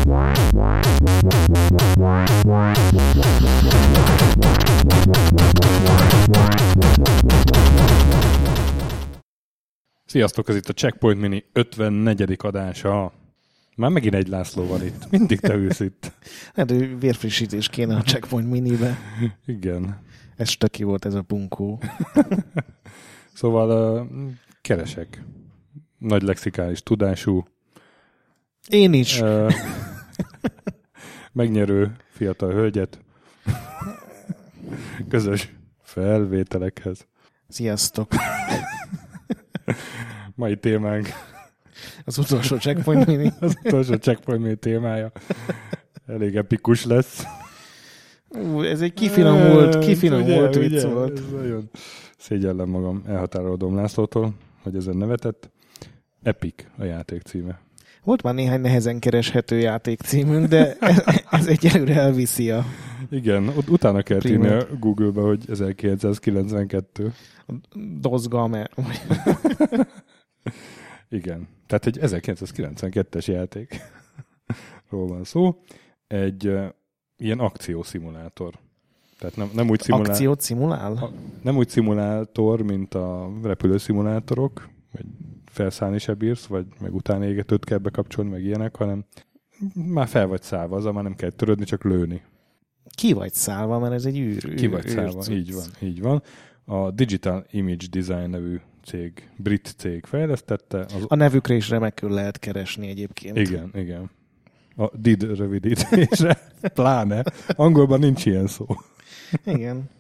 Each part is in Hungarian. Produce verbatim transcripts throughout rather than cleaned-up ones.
Sziasztok, ez itt a Checkpoint Mini ötvennegyedik adása. Már megint egy László van itt. Mindig te ülsz itt. Hát, vérfrissítés kéne a Checkpoint Minibe. Igen. Ez stöki volt ez a bunkó. Szóval uh, keresek. Nagy lexikális tudású. Én is. Uh, megnyerő fiatal hölgyet. Közös felvételekhez. Sziasztok. Mai témánk. Az utolsó Checkpoint Mini. Az utolsó Checkpoint Mini témája. Elég epikus lesz. Ú, ez egy kifinomult, kifinomult ugye, vicc ugye, volt. Nagyon szégyellem magam, elhatárolódom Lászlótól, hogy ezen nevetett. Epic a játék címe. Volt már néhány nehezen kereshető játékcímünk, de ez, ez egyelőre elviszi a... Igen, ott utána kell Primet. írni a Google-ba, hogy ezerkilencszázkilencvenkettő. Dozgame. Igen, tehát egy ezerkilencszázkilencvenkettes játékról van szó. Egy uh, ilyen akciószimulátor. Tehát nem, nem úgy szimulál... Akciót szimulál? A, nem úgy szimulátor, mint a repülőszimulátorok, vagy felszállni se bírsz, vagy meg utána égetőt kell bekapcsolni, meg ilyenek, hanem már fel vagy szállva, azzal már nem kell törődni, csak lőni. Ki vagy szállva, mert ez egy űr. Ki vagy űr, szállva, űr, így van, így van. A Digital Image Design nevű cég, brit cég fejlesztette. Az... A nevükre is remekül lehet keresni egyébként. Igen, igen. A D I D rövidítésre, pláne. Angolban nincs ilyen szó. Igen.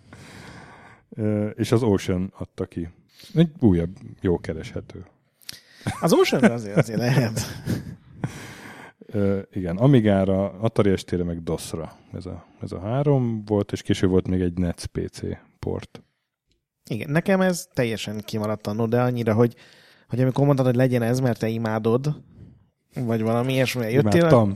És az Ocean adta ki. Egy újabb, jó kereshető. Az Ocean azért, azért lehet. Uh, igen, Amigára, Atari es té-re meg DOS-ra ez a, ez a három volt, és később volt még egy N E C pé cé port. Igen, nekem ez teljesen kimaradt annó, de annyira, hogy, hogy amikor mondtad, hogy legyen ez, mert te imádod, vagy valami ilyesmire jöttél, Imádtam.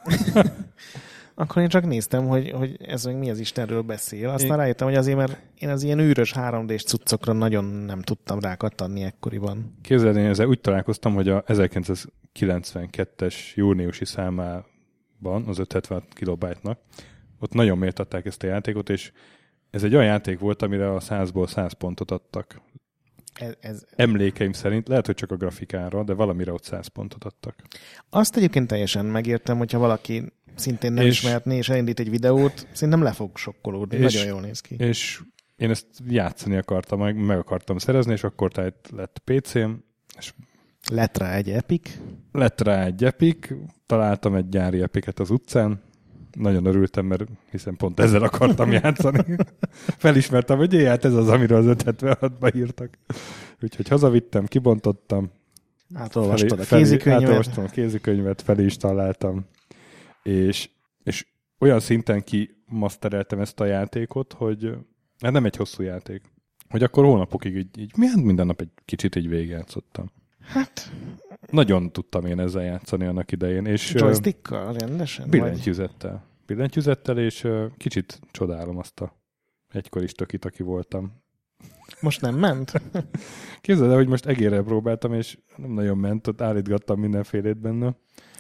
akkor én csak néztem, hogy, hogy ez meg mi az Istenről beszél. Aztán én... rájöttem, hogy azért, mert én az ilyen űrös három dés cuccokra nagyon nem tudtam rákattanni ekkoriban. Képzeld, én ezzel úgy találkoztam, hogy a ezerkilencszázkilencvenkettes júniusi számában, az ötszázhetvenhat kilobájtnak, ott nagyon méltatták ezt a játékot, és ez egy olyan játék volt, amire a százból száz pontot adtak. Ez, ez... Emlékeim szerint, lehet, hogy csak a grafikára, de valamire ott száz pontot adtak. Azt egyébként teljesen megértem, hogyha valaki szintén nem és, ismertné, és elindít egy videót, szerintem le fog sokkolódni. És, nagyon jól néz ki. És én ezt játszani akartam, meg, meg akartam szerezni, és akkor tehát lett pé cém, és lett rá egy Epic. Lett rá egy Epic, találtam egy gyári Epicet az utcán, nagyon örültem, mert hiszen pont ezzel akartam játszani. Felismertem, hogy jé, hát ez az, amiről az ötszázhetvenhatban írtak. Úgyhogy hazavittem, kibontottam. Átolvastad a kézikönyvet. Átolvastam a kézikönyvet, felé is találtam. És, és olyan szinten kimastereltem ezt a játékot, hogy hát nem egy hosszú játék. Hogy akkor hónapokig így, így minden nap egy kicsit így végigjátszottam. Hát... Nagyon tudtam én ezzel játszani annak idején. És joystickkal rendesen? Billentyűzettel. Billentyűzettel, és kicsit csodálom azt a egykor is tökit, aki voltam. Most nem ment? Képzeld el, hogy most egérrel próbáltam, és nem nagyon ment, ott állítgattam mindenfélét benne,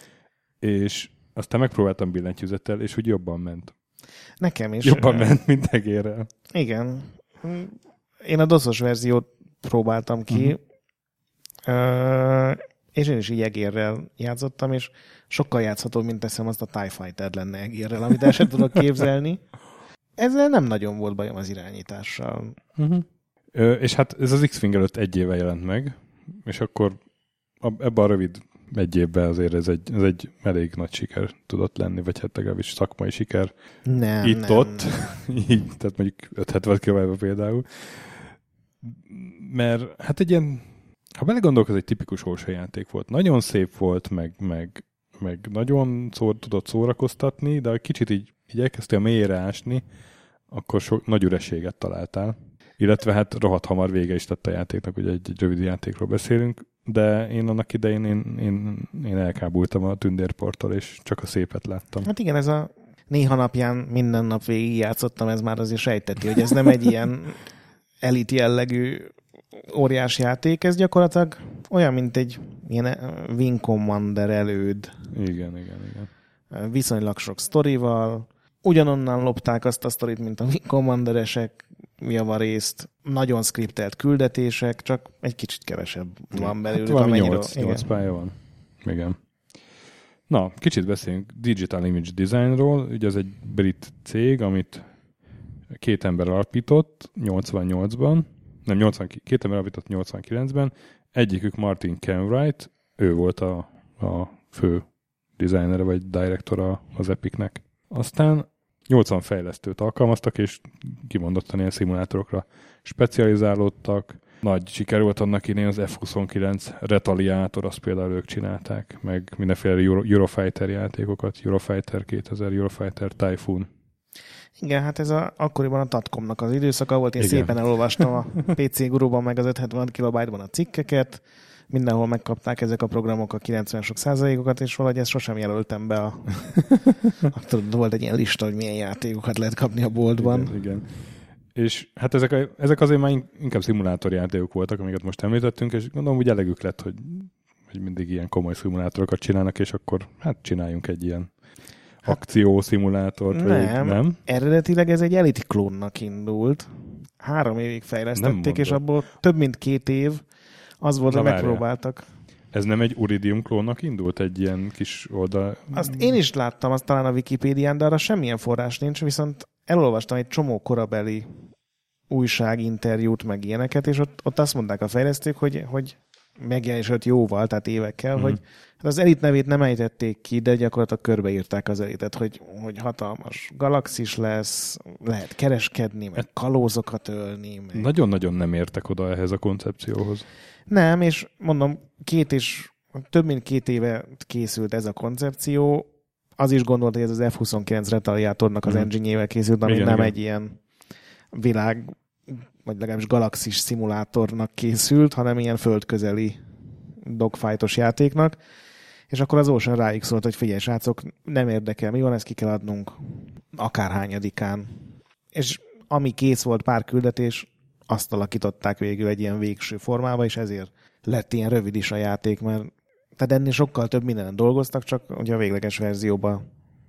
és aztán megpróbáltam billentyűzettel, és úgy jobban ment. Nekem is. Jobban ment, mint egérrel. Igen. Én a doszos verziót próbáltam ki, uh-huh. és én is így egérrel játszottam, és sokkal játszhatóbb, mint teszem, azt a TIE Fighter lenne egérrel, amit el sem tudok képzelni. Ezzel nem nagyon volt bajom az irányítással. Uh-huh. Ö, és hát ez az X-Wing előtt egy éve jelent meg, és akkor ebben a rövid egy évben azért ez egy, ez egy elég nagy siker tudott lenni, vagy hát legalábbis szakmai siker. Nem, Itt-ott, nem. így, tehát mondjuk ötszázhetven kilóban például. Mert hát egy ilyen, ha belegondolok, ez egy tipikus játék volt. Nagyon szép volt, meg, meg, meg nagyon szó, tudott szórakoztatni, de kicsit így, így elkezdtél a mélyére ásni, akkor sok, nagy ürességet találtál. Illetve hát rohadt hamar vége is tett a játéknak, ugye egy, egy rövid játékról beszélünk, de én annak idején én, én, én elkábultam a tündérporttól, és csak a szépet láttam. Hát igen, ez a néha napján minden nap végig játszottam, ez már azért sejteti, hogy ez nem egy ilyen elit jellegű óriás játék, ez gyakorlatilag olyan, mint egy ilyen Wing Commander előd. Igen, igen, igen. viszonylag sok sztorival, ugyanonnan lopták azt a sztorit, mint a Commanderesek javarészt, nagyon skriptelt küldetések, csak egy kicsit kevesebb van belőle. Hát valami nyolc pálya van. Igen. Na, kicsit beszéljünk Digital Image Designról. Ugye ez egy brit cég, amit két ember alapított nyolcvannyolcban, nem, nyolcvan, két ember alapított nyolcvankilencben, egyikük Martin Kenwright, ő volt a, a fő designere vagy direktora az Epicnek. Aztán nyolcvan fejlesztőt alkalmaztak, és kimondottan ilyen szimulátorokra specializálódtak. Nagy siker volt annak idején az ef huszonkilenc Retaliator, azt például ők csinálták, meg mindenféle Euro, Eurofighter játékokat, Eurofighter kétezer, Eurofighter Typhoon. Igen, hát ez a, akkoriban a Tatcomnak az időszaka volt, én Igen. szépen elolvastam a pé cé Guruban meg az ötszázhetvenhat kilobájtban a cikkeket, mindenhol megkapták ezek a programok a kilencven sok százalékokat, és valahogy ezt sosem jelöltem be a... Tudod, volt egy ilyen lista, hogy milyen játékokat lehet kapni a boltban. Igen, igen. És hát ezek, a, ezek azért már inkább szimulátorjátékok voltak, amiket most említettünk, és gondolom, hogy elegük lett, hogy, hogy mindig ilyen komoly szimulátorokat csinálnak, és akkor hát csináljunk egy ilyen akciószimulátort. Nem, vagy, nem, eredetileg ez egy Elite klónnak indult. Három évig fejlesztették, és abból több mint két év az volt, hogy megpróbáltak. Ez nem egy Uridium klónnak indult, egy ilyen kis oldal? Azt én is láttam, azt talán a Wikipédián, de arra semmilyen forrás nincs, viszont elolvastam egy csomó korabeli újságinterjút, meg ilyeneket, és ott, ott azt mondták a fejlesztők, hogy, hogy megjelenésült jóval, tehát évekkel, mm. hogy hát az Elite nevét nem ejtették ki, de gyakorlatilag körbeírták az Elitet, hogy, hogy hatalmas galaxis lesz, lehet kereskedni, meg kalózokat ölni. Meg... Nagyon-nagyon nem értek oda ehhez a koncepcióhoz. Nem, és mondom, két és több mint két éve készült ez a koncepció, az is gondolt, hogy ez az ef huszonkilenc Retaliatornak az mm. engine-jével készült, ami igen, nem igen. egy ilyen világ, vagy legalábbis galaxis szimulátornak készült, hanem ilyen földközeli dogfightos játéknak. És akkor az Ocean rájuk szólt, hogy figyelj, srácok, nem érdekel, mi van, ezt ki kell adnunk akárhányadikán. És ami kész volt, pár küldetés, azt alakították végül egy ilyen végső formába, és ezért lett ilyen rövid is a játék, mert tehát ennél sokkal több mindenen dolgoztak, csak ugye a végleges verzióba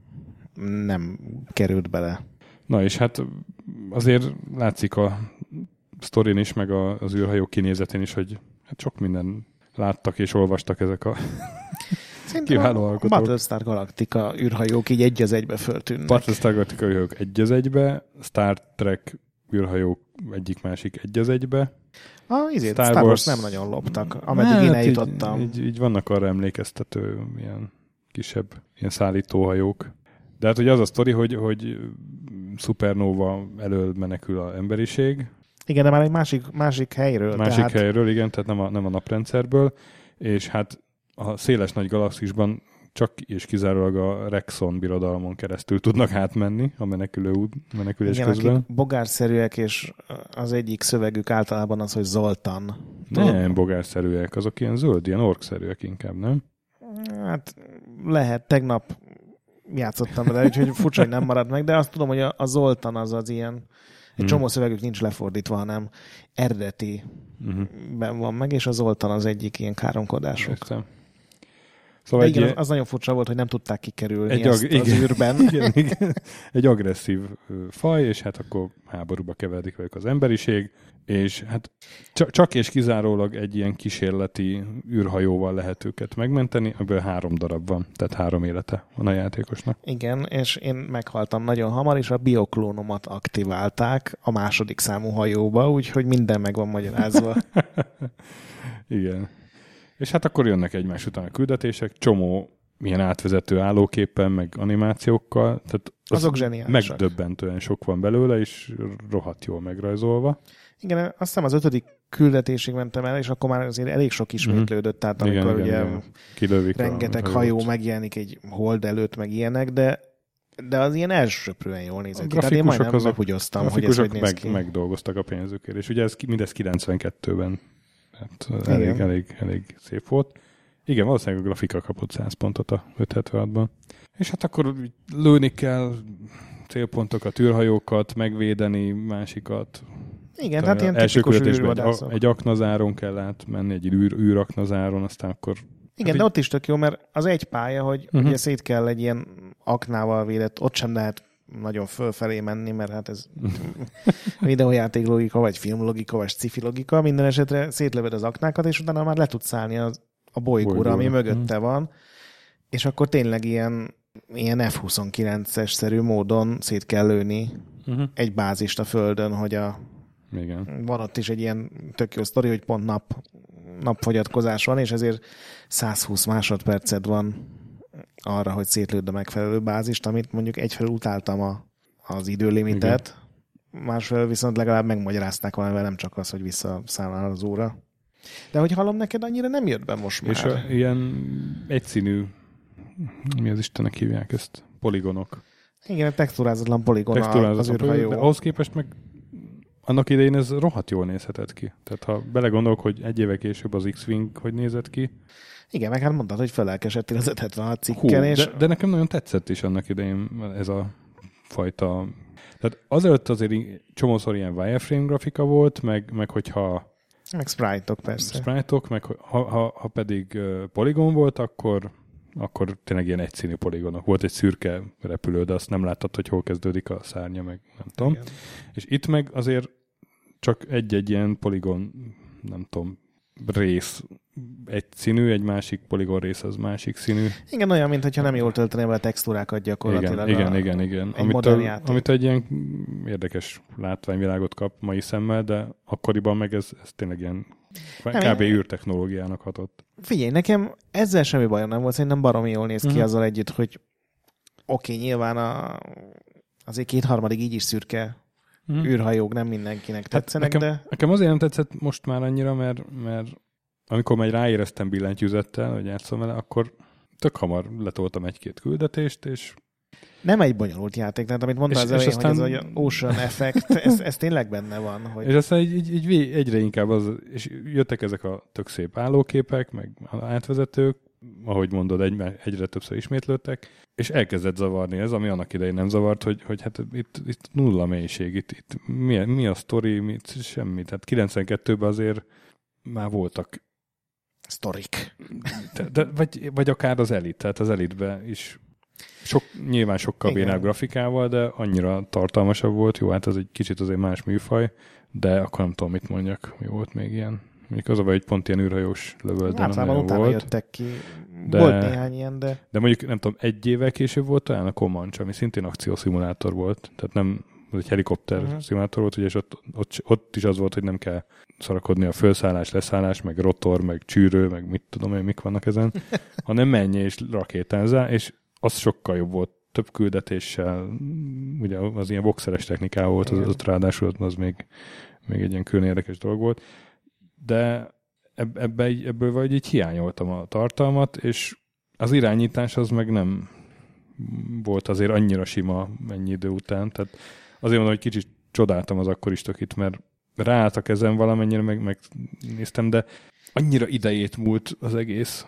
nem került bele. Na és hát azért látszik a sztorin is, meg a, az űrhajók kinézetén is, hogy hát sok minden láttak és olvastak ezek a kiváló alkotók. Battlestar Galactica űrhajók így egy az egybe föltűnnek. Battlestar Galactica űrhajók egy az egybe, Star Trek űrhajók egyik-másik egy az egybe. Ah, ízét, Star, Star Wars nem nagyon loptak, ameddig hát, én eljutottam. Így, így, így vannak arra emlékeztető ilyen kisebb ilyen szállítóhajók. De hát ugye az a sztori, hogy, hogy szupernóva elől menekül az emberiség. Igen, de már egy másik, másik helyről. Másik tehát... helyről, igen, tehát nem a, nem a naprendszerből. És hát a széles nagy galaxisban csak és kizárólag a Rexon birodalmon keresztül tudnak átmenni a menekülő út, menekülés igen, közben. Akik bogárszerűek, és az egyik szövegük általában az, hogy Zoltan. Nem bogárszerűek, azok ilyen zöld, ilyen orkszerűek inkább, nem? Hát lehet, tegnap játszottam vele, úgyhogy furcsa, hogy nem maradt meg, de azt tudom, hogy a, a Zoltan az az ilyen, egy hmm. csomó szövegük nincs lefordítva, hanem eredeti uh-huh. ben van meg, és a Zoltan az egyik ilyen káromkodások. Értem. Szóval igen, egy, az, az nagyon furcsa volt, hogy nem tudták kikerülni egy ezt ag- az igen, űrben. Igen, igen. Egy agresszív faj, és hát akkor háborúba keveredik velük az emberiség, és hát csak, csak és kizárólag egy ilyen kísérleti űrhajóval lehet őket megmenteni, ebből három darab van, tehát három élete van a játékosnak. Igen, és én meghaltam nagyon hamar, és a bioklónomat aktiválták a második számú hajóba, úgyhogy minden meg van magyarázva. Igen. És hát akkor jönnek egymás után a küldetések, csomó milyen átvezető állóképpen, meg animációkkal. Tehát az azok zseniálisak. Megdöbbentően sok van belőle, és rohadt jól megrajzolva. Igen, azt hiszem az ötödik küldetésig mentem el, és akkor már azért elég sok ismétlődött, tehát amikor igen, ugye igen, igen. rengeteg a hajó megjelenik egy hold előtt, meg ilyenek, de de az ilyen elsőprően jól nézett ki. Tehát én majdnem meghugyoztam, hogy ez hogy néz meg, ki. Megdolgoztak a pénzükért, és ugye ez mindez kilencvenkettőben. Hát elég, elég, elég szép volt. Igen, valószínűleg a grafika kapott száz pontot a ötszázhetvenhatban. És hát akkor lőni kell célpontokat, űrhajókat, megvédeni másikat. Igen, hát ilyen tipikus űrvadászok. Egy, egy aknazáron kell átmenni, egy űr, űraknazáron, aztán akkor Igen, hát de ott is tök jó, mert az egy pálya, hogy uh-huh. ugye szét kell egy ilyen aknával védett, ott sem lehet nagyon fölfelé menni, mert hát ez videójáték logika, vagy filmlogika, vagy sci-fi logika, minden esetre szétlövöd az aknákat, és utána már le tudsz állni az, a bolygóra, ami mögötte uh-huh. van, és akkor tényleg ilyen, ilyen ef huszonkilences-szerű módon szét kell lőni uh-huh. egy bázist a Földön, hogy a igen. Van ott is egy ilyen tök jó sztori, hogy pont nap, napfogyatkozás van, és ezért száz húsz másodperced van arra, hogy szétlőd a megfelelő bázist, amit mondjuk egyfelől utáltam a, az időlimitet, igen. másfelől viszont legalább megmagyarázták valamivel, nem csak az, hogy visszaszállál az óra. De hogy hallom, neked annyira nem jött be most már. És a, ilyen egyszínű, mi az Istennek hívják ezt? Poligonok. Igen, texturázatlan poligon az űrhajó. De ahhoz képest meg annak idején ez rohadt jól nézhetett ki. Tehát ha belegondolok, hogy egy éve később az X-Wing hogy nézett ki. Igen, meg hát mondtad, hogy felelkesedtél az öt hetvenhat cikken. Hú, és... de, de nekem nagyon tetszett is annak idején ez a fajta... Tehát azelőtt azért csomószor ilyen wireframe grafika volt, meg, meg hogyha... Meg sprite-ok persze. Sprite-ok, meg ha, ha, ha pedig uh, poligon volt, akkor, akkor tényleg ilyen egyszínű poligonok. Volt egy szürke repülő, de azt nem láttad, hogy hol kezdődik a szárnya, meg nem tudom. Igen. És itt meg azért csak egy-egy ilyen poligon, nem tudom, rész egy színű, egy másik poligon rész az másik színű. Igen, olyan, mintha nem jól töltené be a textúrákat gyakorlatilag. Igen, a, igen, igen. igen. Amitől, amitől egy ilyen érdekes látványvilágot kap mai szemmel, de akkoriban meg ez, ez tényleg ilyen nem, kb. űrtechnológiának hatott. Figyelj, nekem ezzel semmi bajom nem volt, szerintem baromi jól néz ki uh-huh. azzal együtt, hogy oké, okay, nyilván a, azért kétharmadig így is szürke uh-huh. űrhajók nem mindenkinek tetszenek, hát nekem, de... Nekem azért nem tetszett most már annyira, mert, mert amikor majd ráéreztem billentyűzettel, hogy játszom vele, akkor tök hamar letoltam egy-két küldetést, és... Nem egy bonyolult játék, tehát amit mondtál az elején, aztán... hogy ez az Ocean Effect, ez, ez tényleg benne van. Hogy... És aztán így, így, így egyre inkább az, és jöttek ezek a tök szép állóképek, meg átvezetők, ahogy mondod, egy, egyre többször ismétlődtek, és elkezdett zavarni ez, ami annak idején nem zavart, hogy, hogy hát itt, itt nulla mélység, itt, itt mi, mi a sztori, mit, semmi. Tehát kilencvenkettőben azért már voltak sztorik. De, de, vagy, vagy akár az Elite, tehát az Elite-ben is sok, nyilván sokkal bénább grafikával, de annyira tartalmasabb volt. Jó, hát ez egy kicsit azért más műfaj, de akkor nem tudom, mit mondjak. Mi volt még ilyen? Mondjuk az a baj, hogy pont ilyen űrhajós lövöldön általában utána volt. Jöttek ki. De, volt néhány ilyen, de... De mondjuk, nem tudom, egy évvel később volt talán a Comanche, ami szintén akciószimulátor volt. Tehát nem, ez egy helikopter uh-huh. szimulátor volt, ugye, és ott, ott, ott is az volt, hogy nem kell szarakodni a felszállás, leszállás, meg rotor, meg csűrő, meg mit tudom én, mik vannak ezen, hanem menj és rakétázzál, és az sokkal jobb volt, több küldetéssel, ugye az ilyen boxeres technikával volt, az, az ráadásul az még, még egy ilyen külön érdekes dolog volt, de ebbe, ebből vagy így hiányoltam a tartalmat, és az irányítás az meg nem volt azért annyira sima ennyi idő után, tehát azért mondom, hogy kicsit csodáltam az akkoristokit, mert ráálltak ezen valamennyire, meg, megnéztem, de annyira idejét múlt az egész.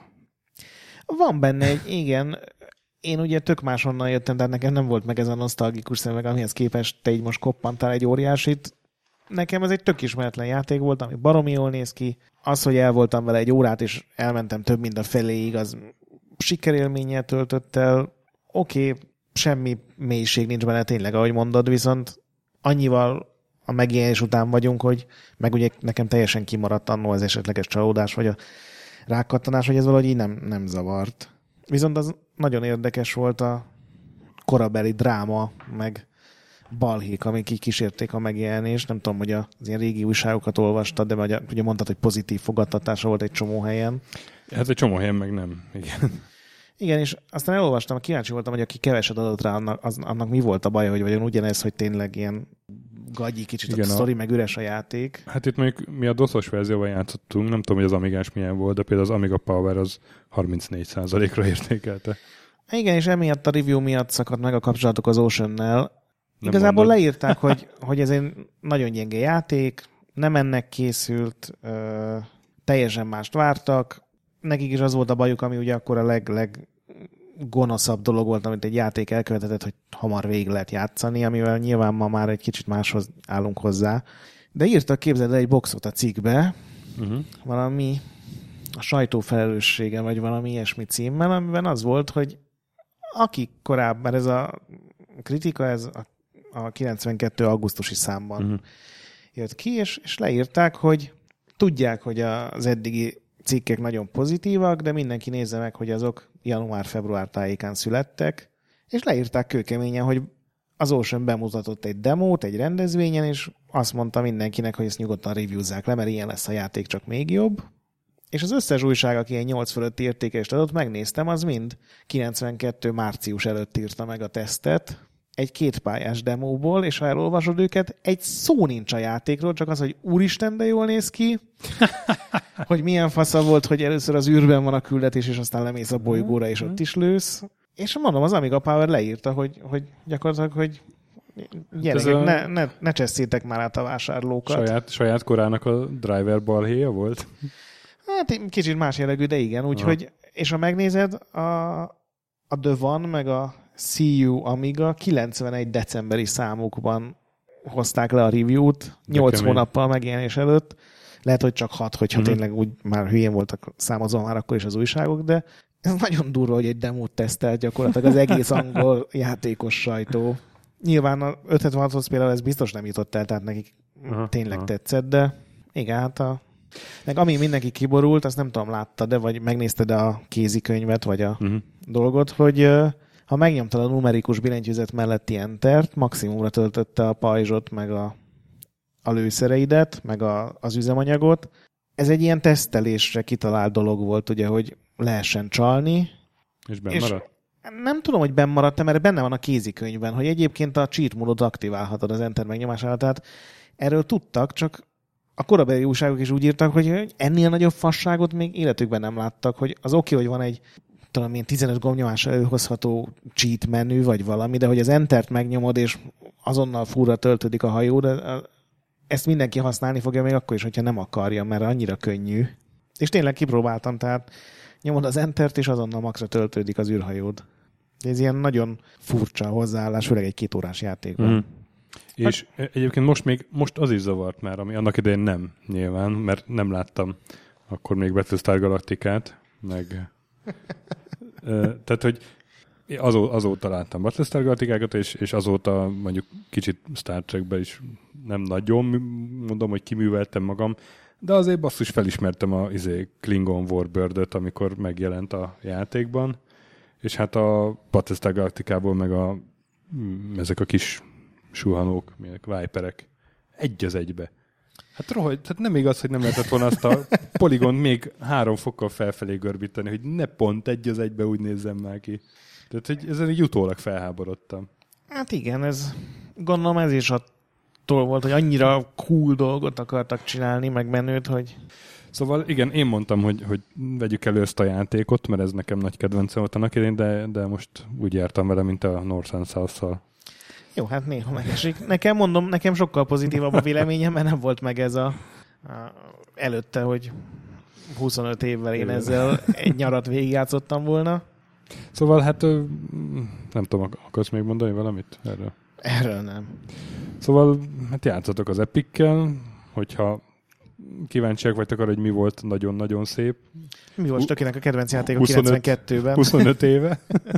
Van benne egy, igen, én ugye tök máshonnan jöttem, de nekem nem volt meg ez a nosztalgikus szemeg, amihez képest te így most koppantál egy óriásit. Nekem ez egy tök ismeretlen játék volt, ami baromi jól néz ki. Az, hogy el voltam vele egy órát, és elmentem több mint a feléig, az sikerélménnyel töltött el. Oké, okay, semmi mélység nincs benne tényleg, ahogy mondod, viszont annyival a megjelenés után vagyunk, hogy meg ugye nekem teljesen kimaradt annó az esetleges csalódás, vagy a rákattanás, hogy ez valahogy így nem, nem zavart. Viszont az nagyon érdekes volt a korabeli dráma, meg balhék, amik így kísérték a megjelenést. Nem tudom, hogy az ilyen régi újságokat olvastad, de ugye mondtad, hogy pozitív fogadtatása volt egy csomó helyen. Hát egy csomó helyen meg nem. Igen. Igen, és aztán elolvastam, kíváncsi voltam, hogy aki keveset adott rá, annak, az, annak mi volt a baj, hogy vajon ugyanez, hogy tényleg ilyen gagyi kicsit igen, a sztori, meg üres a játék. Hát itt mondjuk mi a doszos verzióban játszottunk, nem tudom, hogy az Amigás milyen volt, de például az Amiga Power az harmincnégy százalékra értékelte. Igen, és emiatt a review miatt szakadt meg a kapcsolatok az Oceannel. Igazából mondod. Leírták, hogy, hogy ez egy nagyon gyenge játék, nem ennek készült, ö, teljesen mást vártak. Nekik is az volt a bajuk, ami ugye akkor a leg, leg gonoszabb dolog volt, amit egy játék elkövetett, hogy hamar végig lehet játszani, amivel nyilván ma már egy kicsit máshoz állunk hozzá. De írtak, képzeld el, egy boxot a cikkbe, uh-huh. valami a sajtó felelőssége, vagy valami ilyesmi címmel, amiben az volt, hogy akik korábban, ez a kritika, ez a, a kilencvenkettő augusztusi számban uh-huh. jött ki, és, és leírták, hogy tudják, hogy az eddigi cikkek nagyon pozitívak, de mindenki nézze meg, hogy azok január-február tájékán születtek, és leírták kőkeményen, hogy az Ocean bemutatott egy demót egy rendezvényen, és azt mondta mindenkinek, hogy ezt nyugodtan reviewzzák le, mert ilyen lesz a játék, csak még jobb. És az összes újság, aki ilyen nyolc fölötti értékelést adott, megnéztem, az mind kilencvenkettő március előtt írta meg a tesztet, egy kétpályás demóból, és ha elolvasod őket, egy szó nincs a játékról, csak az, hogy úristen, de jól néz ki, hogy milyen fasza volt, hogy először az űrben van a küldetés, és aztán lemész a bolygóra, és ott is lősz. És mondom, az Amiga Power leírta, hogy, hogy gyakorlatilag, hogy gyerekek, a... ne, ne, ne cseszétek már át a vásárlókat. Saját, saját korának a driver balhéja volt? Hát kicsit más jellegű, de igen. Úgyhogy, és ha megnézed, a, a The One, meg a See You Amiga kilencvenegy decemberi számukban hozták le a review-t, nyolc hónappal megjelenés előtt. Lehet, hogy csak hat, hogyha mm-hmm. tényleg úgy már hülyén voltak számozva már akkor is az újságok, de ez nagyon durva, hogy egy demót tesztelt gyakorlatilag az egész angol játékos sajtó. Nyilván a ötszázhetvenhathoz például ez biztos nem jutott el, tehát nekik aha, tényleg aha. tetszett, de igen, hát a... Meg ami mindenki kiborult, azt nem tudom, láttad, de vagy megnézted a kézikönyvet, vagy a uh-huh. dolgot, hogy ha megnyomtad a numerikus billentyűzet melletti entert, maximumra töltötte a pajzsot, meg a, a lőszereidet, meg a, az üzemanyagot. Ez egy ilyen tesztelésre kitalált dolog volt, ugye, hogy lehessen csalni. És benn maradt? Nem tudom, hogy benn maradt, mert benne van a kézikönyvben, hogy egyébként a cheat módot aktiválhatod az enter megnyomásával, tehát erről tudtak, csak a korabeli újságok is úgy írtak, hogy ennél nagyobb fasságot még életükben nem láttak, hogy az oké, okay, hogy van egy talán ilyen tizenöt gombnyomás előhozható cheat menü, vagy valami, de hogy az entert megnyomod, és azonnal furra töltődik a hajó, de ezt mindenki használni fogja még akkor is, hogyha nem akarja, mert annyira könnyű. És tényleg kipróbáltam, tehát nyomod az entert, és azonnal maxra töltődik az űrhajód. Ez ilyen nagyon furcsa hozzáállás, főleg egy két órás játékban. Mm. És hát, egyébként most még most az is zavart már, ami annak idején nem nyilván, mert nem láttam akkor még Battlestar Galacticát, meg tehát, hogy azó, azóta láttam Battlestar Galactikákat, és, és azóta mondjuk kicsit Star Trekben is nem nagyon mondom, hogy kiműveltem magam, de azért basszus felismertem a izé, Klingon Warbird-öt, amikor megjelent a játékban, és hát a Battlestar Galactikából meg a ezek a kis suhanók, milyenek, viperek, egy az egybe. Hát rohadt, tehát nem igaz, hogy nem lehetett volna azt a poligont még három fokkal felfelé görbíteni, hogy ne pont egy az egybe úgy nézzem már ki. Tehát, hogy ezen így utólag felháborodtam. Hát igen, ez gondolom ez is attól volt, hogy annyira cool dolgot akartak csinálni, meg menőt, hogy... Szóval igen, én mondtam, hogy, hogy vegyük elő ezt a játékot, mert ez nekem nagy kedvencem volt annak idején, de, de most úgy jártam vele, mint a North and South-szal. Jó, hát néha megesik. Nekem mondom, nekem sokkal pozitívabb a véleményem, mert nem volt meg ez a, a előtte, hogy huszonöt évvel én ezzel egy nyarat végigjátszottam volna. Szóval hát nem tudom, akarsz még mondani valamit erről? Erről nem. Szóval hát játszatok az Epic-kel, hogyha kíváncsiak vagytok arra, hogy mi volt nagyon-nagyon szép. Mi volt Stökinek a kedvenc játék a kilencvenkettőben? huszonöt éve.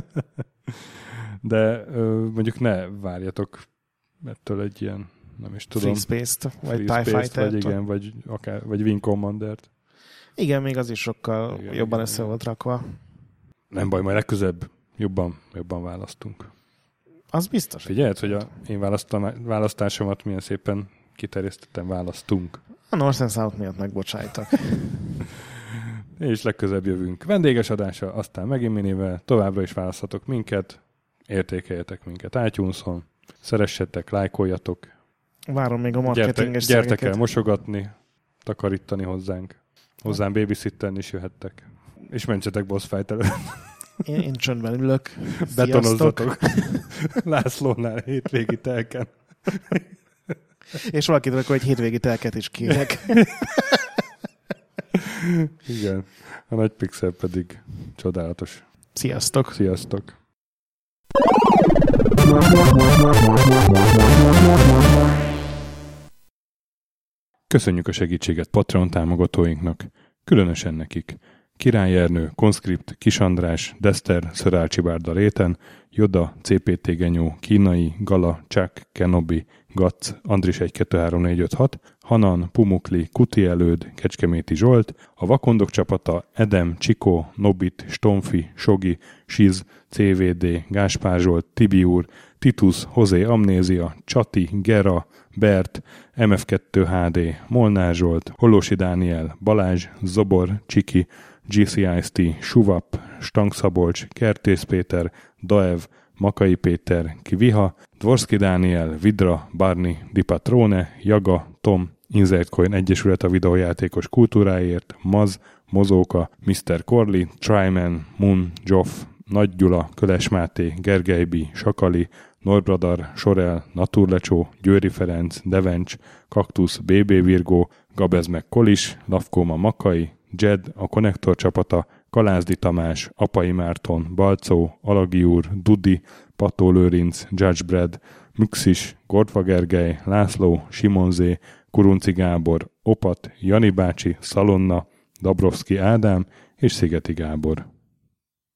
De ö, mondjuk ne várjatok ettől egy ilyen, nem is tudom. Free Space-t, vagy TIE Fighter-t. Vagy igen, vagy, akár, vagy Wing Commander-t. Igen, még az is sokkal igen, jobban igen, össze igen. volt rakva. Nem baj, majd legközebb jobban, jobban választunk. Az biztos. Figyeld, hogy a én választásomat milyen szépen kiterjesztettem, választunk. A North and South miatt megbocsájtak. És legközebb jövünk. Vendéges adása, aztán megint minivel. Továbbra is választhatok minket. Értékeljetek minket iTunes-on. Szeressetek, lájkoljatok. Várom még a marketinges Gyertek, gyertek el mosogatni, takarítani hozzánk. Hozzám babysitten is jöhettek. És mentsetek boss fight előtt. Én, én csöndben ülök. Betonozzatok. Lászlónál hétvégi telken. És valakitől akkor egy hétvégi telket is kérek. Igen. A nagy pixel pedig csodálatos. Sziasztok. Sziasztok. Köszönjük a segítséget Patreon támogatóinknak. Különösen nekik. Király Ernő, Konszkript, Kis András, Deszter, Szörácsi Bárda Réten, Joda, cé pé té Genyó, Kínai, Gala, Chuck, Kenobi, Gac, Andris egy kettő három négy öt hat, Hanan, Pumukli, Kuti Előd, Kecskeméti Zsolt, a Vakondok csapata Edem, Csikó, Nobit, Stomfi, Sogi, Siz, cé vé dé, Gáspár Zsolt, Tibiúr, Titus, Hozé Amnézia, Csati, Gera, Bert, em ef kettő há dé, Molnár Zsolt, Hollósi Dániel, Balázs, Zobor, Csiki, gé cé i es té, Suvap, Stangszabolcs, Kertész Péter, Daev, Makai Péter, Kviha, Dvorszki Dániel, Vidra, Barni, Di Patrone, Jaga, Tom, Inzertcoin Egyesület a videójátékos kultúráért, Maz, Mozóka, miszter Corley, Tryman, Moon, Joff, Nagy Gyula, Köles Máté, Gergely B., Sakali, Norbradar, Sorel, Naturlecsó, Győri Ferenc, Devencs, Kaktusz, bé bé Virgó, Gabez meg Kolis, Lavkóma Makai, Jed, a Konnektor csapata, Kalázdi Tamás, Apai Márton, Balcó, Alagi úr, Dudi, Pató Lőrinc, Judge Brad, Müxis, Gortva Gergely, László, Simonzé, Kurunci Gábor, Opat, Jani bácsi, Szalonna, Dabrowski Ádám és Szigeti Gábor.